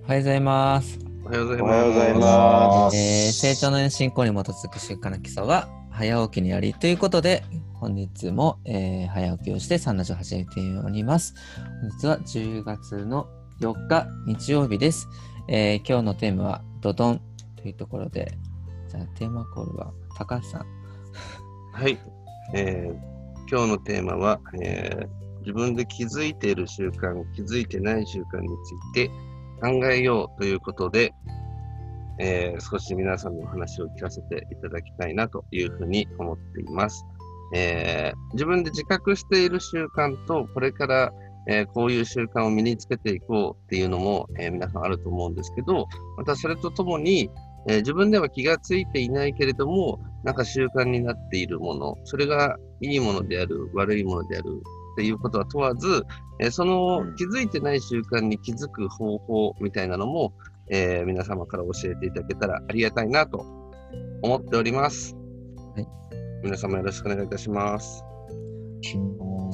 はようございます。 おはようございおはようございまます。 成長の進行に基づく習慣の基礎は早起きにありということで、本日も、早起きをしてサンラジオを始めております。本日は10月の4日日曜日です。今日のテーマはドドンというところで、じゃあテーマコールは高橋さん。 はい、今日のテーマは、自分で気づいている習慣、気づいてない習慣について考えようということで、少し皆さんのお話を聞かせていただきたいなというふうに思っています。自分で自覚している習慣と、これから、こういう習慣を身につけていこうっていうのも、皆さんあると思うんですけど、またそれとともに、自分では気がついていないけれども、なんか習慣になっているもの、それがいいものである、悪いものであるっていうことは問わず、その気づいてない習慣に気づく方法みたいなのも、皆様から教えていただけたらありがたいなと思っております。 はい、 皆様よろしくお願いいたします。 します。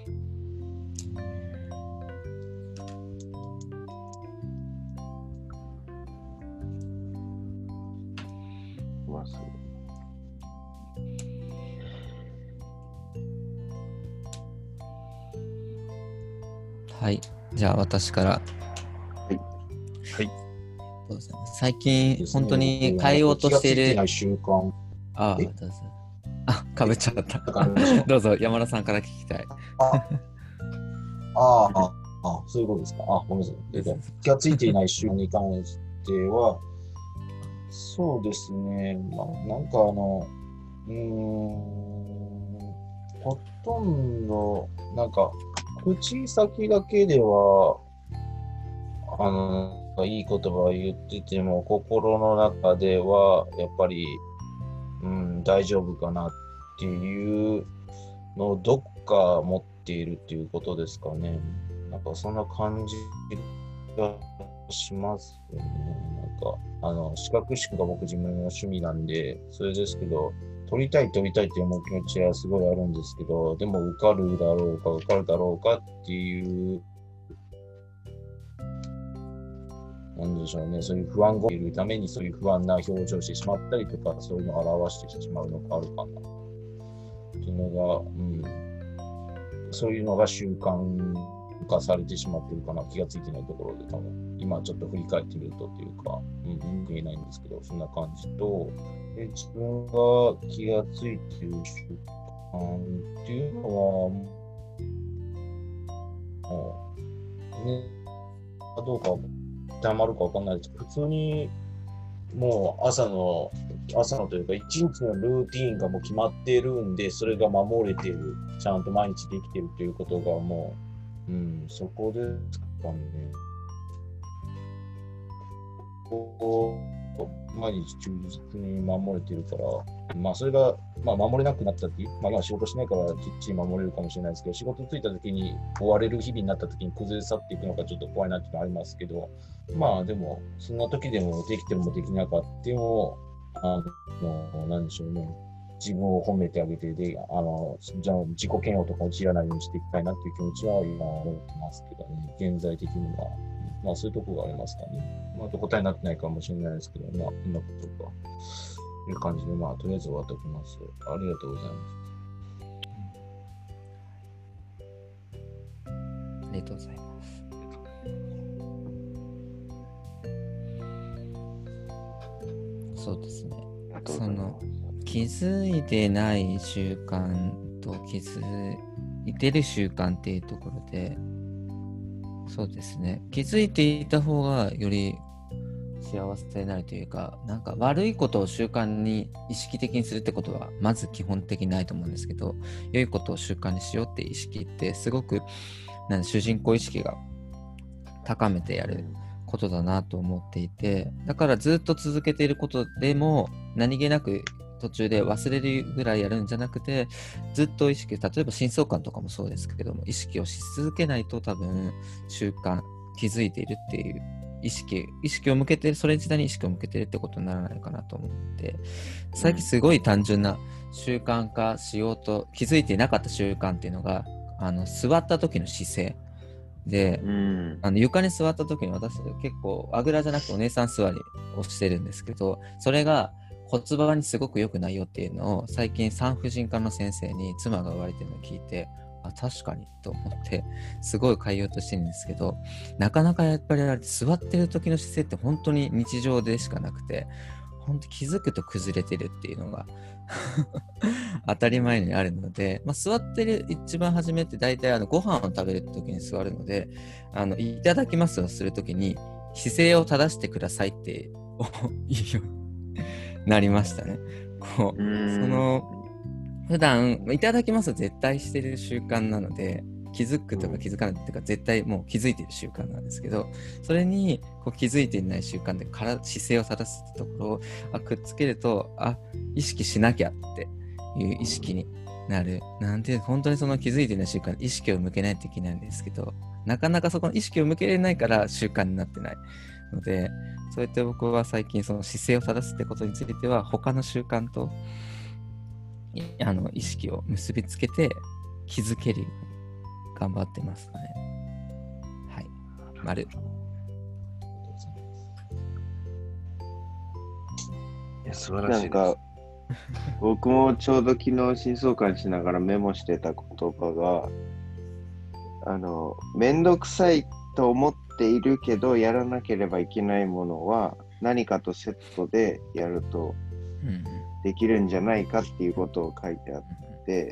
はい、じゃあ私から。はい。 はい。 最近本当に変えようとしている。 習慣。 ああ、どうぞ。あ、かぶっちゃった。どうぞ、山田さんから聞きたい。 そういうことですか。ごめんなさい。気がついていない習慣に関しては、そうですね。なんかほとんど、なんか、口先だけでは、いい言葉を言ってても、心の中では、やっぱり、大丈夫かなっていうのをどっか持っているっていうことですかね。なんかそんな感じがしますよね。なんか、資格試験が僕自分の趣味なんで、それですけど、取りたいって思う気持ちはすごいあるんですけど、でも受かるだろうかっていう、なんでしょうね、そういう不安がいるためにそういう不安な表情をしてしまったりとか、そういうのを表してしまうのがあるかなっていうのが、そういうのが習慣化されてしまっているかな、気がついてないところで多分、今ちょっと振り返ってみるとっていうか、見えないんですけど、そんな感じと、自分が気がついている習慣っていうのは、どうかたまるかわかんないですけど、普通にもう朝のというか一日のルーティーンがもう決まっているんで、それが守れている、ちゃんと毎日できているということがもう、そこですかね。毎日忠実に守れているから、それが、守れなくなったっていう、今仕事しないからきっちり守れるかもしれないですけど、仕事ついた時に追われる日々になった時に崩れ去っていくのがちょっと怖いなっていうのはありますけど、でも、そんな時でもできてもできなかったも、なんでしょうね。自分を褒めてあげて、じゃあ自己嫌悪とか陥らないようにしていきたいなっていう気持ちは今思ってますけどね、現在的には。そういうところがありますかね。答えになってないかもしれないですけど、こんなことか。いう感じで、とりあえず終わっておきます。ありがとうございます。 ありがとうございます。そうですね。気づいてない習慣と気づいてる習慣っていうところで、そうですね。気づいていた方がより幸せになるというか、なんか悪いことを習慣に意識的にするってことはまず基本的にないと思うんですけど、良いことを習慣にしようって意識ってすごく主人公意識が高めてやることだなと思っていて、だからずっと続けていることでも何気なく途中で忘れるぐらいやるんじゃなくて、ずっと意識、例えば深層感とかもそうですけども、意識をし続けないと多分習慣、気づいているっていう意識を向けてる、それ自体に意識を向けてるってことにならないかなと思って、最近すごい単純な習慣化しようと気づいていなかった習慣っていうのが、座った時の姿勢で、 うん。 床に座った時に私結構あぐらじゃなくてお姉さん座りをしてるんですけど、それが骨盤にすごく良くないよっていうのを最近産婦人科の先生に妻が言われてるのを聞いて、あ、確かにと思ってすごい変えようとしてるんですけど、なかなかやっぱり座ってる時の姿勢って本当に日常でしかなくて、本当気づくと崩れてるっていうのが当たり前にあるので、座ってる一番初めって大体ご飯を食べる時に座るので、いただきますをする時に姿勢を正してくださいって言うようになりましたね。こう、普段いただきますを絶対してる習慣なので、気づくとか気づかないっていうか絶対もう気づいてる習慣なんですけど、それにこう気づいていない習慣で姿勢を正すってところをくっつけると、意識しなきゃっていう意識になる。なんて本当にその気づいていない習慣に意識を向けないといけないんですけど、なかなかそこの意識を向けれないから習慣になってないので、そうやって僕は最近その姿勢を正すってことについては他の習慣と意識を結びつけて気づけるように頑張ってますね。はい。丸。 いや、素晴らしいです。 なんか、僕もちょうど昨日真相感しながらメモしてた言葉が、めんどくさいと思っているけど、やらなければいけないものは何かとセットでやるとできるんじゃないかっていうことを書いてあって、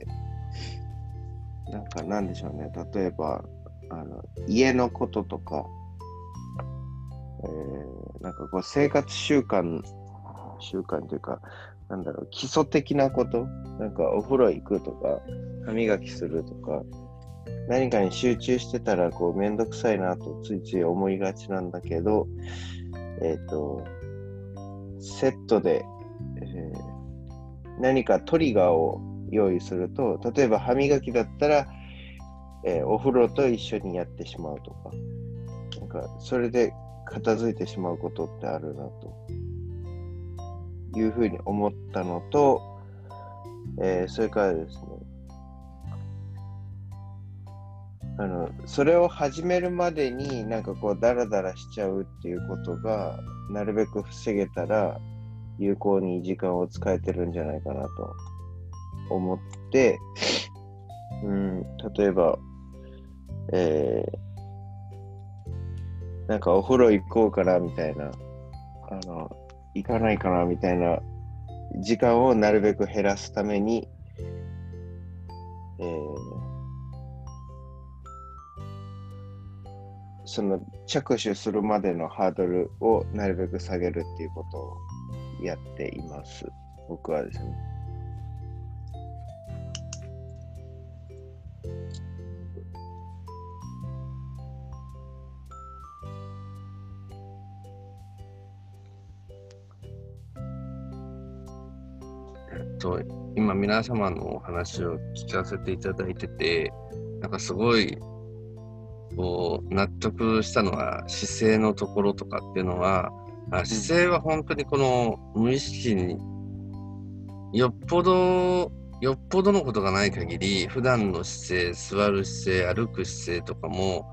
なんかなんでしょうね。例えば、家のこととか、なんかこう生活習慣というか、なんだろう、基礎的なこと、なんかお風呂行くとか、歯磨きするとか、何かに集中してたらこうめんどくさいなとついつい思いがちなんだけど、セットで、何かトリガーを用意すると、例えば歯磨きだったら、お風呂と一緒にやってしまうとか、なんかそれで片付いてしまうことってあるなというふうに思ったのと、それからですね、それを始めるまでになんかこうダラダラしちゃうっていうことがなるべく防げたら有効に時間を使えてるんじゃないかなと思って、例えば、なんかお風呂行こうかなみたいな、行かないかなみたいな時間をなるべく減らすために、その着手するまでのハードルをなるべく下げるっていうことをやっています。僕はですね。 今皆様のお話を聞かせていただいてて、なんかすごいこう納得したのは姿勢のところとかっていうのは、姿勢は本当にこの無意識によっぽどのことがない限り、普段の姿勢、座る姿勢、歩く姿勢とかも、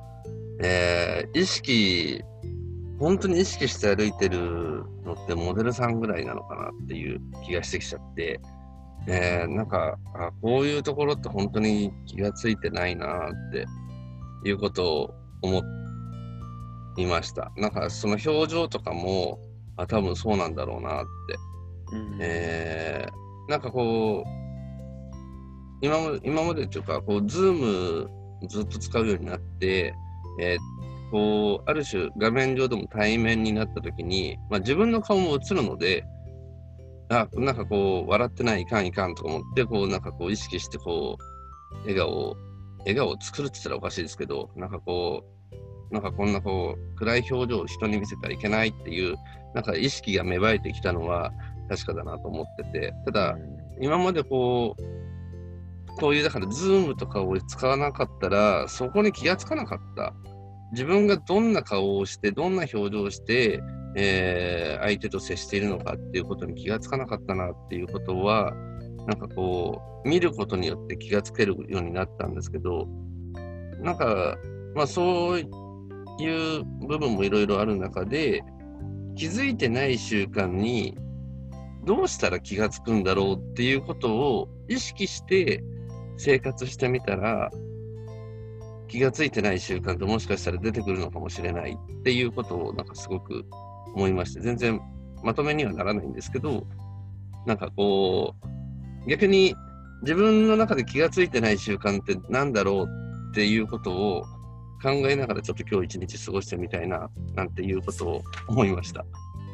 本当に意識して歩いてるのってモデルさんぐらいなのかなっていう気がしてきちゃって、なんかこういうところって本当に気がついてないなっていうことを思いました。なんかその表情とかも多分そうなんだろうなって、なんかこう今までというかこうズームずっと使うようになって、こうある種画面上でも対面になった時に、自分の顔も映るので、なんかこう笑ってないいかんとか思ってこうなんかこう意識してこう笑顔を作るって言ったらおかしいですけど、なんかこんなこう暗い表情を人に見せたらいけないっていうなんか意識が芽生えてきたのは確かだなと思ってて、ただ今までこういうだからズームとかを使わなかったらそこに気がつかなかった。自分がどんな顔をしてどんな表情をして、相手と接しているのかっていうことに気がつかなかったなっていうことはなんかこう見ることによって気がつけるようになったんですけど、なんかまあそういう部分もいろいろある中で、気づいてない習慣にどうしたら気がつくんだろうっていうことを意識して生活してみたら、気がついてない習慣ってもしかしたら出てくるのかもしれないっていうことをなんかすごく思いまして、全然まとめにはならないんですけど、なんかこう逆に自分の中で気がついてない習慣ってなんだろうっていうことを考えながらちょっと今日一日過ごしてみたいななんていうことを思いました。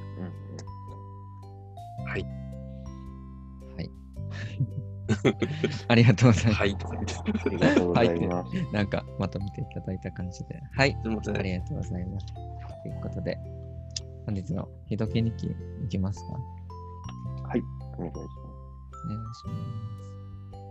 はい。 はい。ありがとうございます。 はい。 ありがとうございます。 なんかまとめていただいた感じで。はい。 すみません。 ありがとうございます。ということで、本日のひどけ日記いきますか？ はい。お願いします。 お願いします。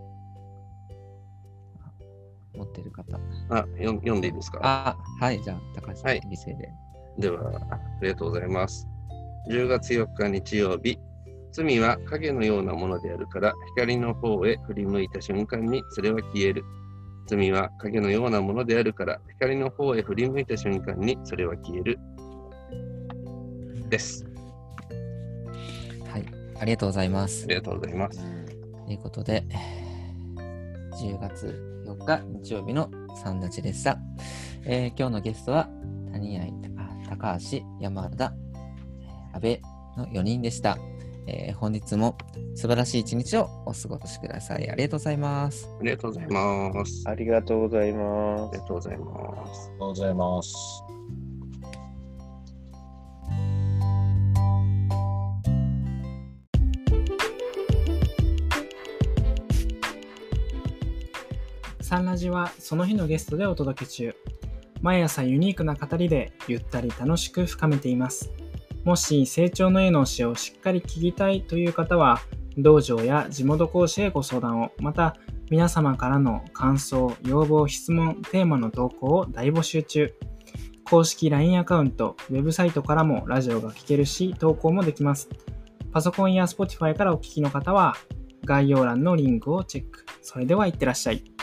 持ってる方。 読んでいいですか？ はい。じゃあ、高橋さん、 はい犠牲で。 では、ありがとうございます。10月4日日曜日。罪は影のようなものであるから、光の方へ振り向いた瞬間にそれは消える。罪は影のようなものであるから、光の方へ振り向いた瞬間にそれは消える。です。 はい。ありがとうございます。 ありがとうございます。 ということで、10月4日日曜日のサウンダチでした。今日のゲストは、谷合、高橋、山田、阿部の4人でした。本日も素晴らしい一日をお過ごしください。ありがとうございます。 ありがとうございます。 ありがとうございます。 ありがとうございます。 ありがとうございます。 サンラジはその日のゲストでお届け中。毎朝ユニークな語りでゆったり楽しく深めています。もし成長の絵の教えをしっかり聞きたいという方は、道場や地元講師へご相談を、また皆様からの感想、要望、質問、テーマの投稿を大募集中。公式 LINE アカウント、ウェブサイトからもラジオが聞けるし、投稿もできます。パソコンや Spotify からお聞きの方は、概要欄のリンクをチェック。それではいってらっしゃい。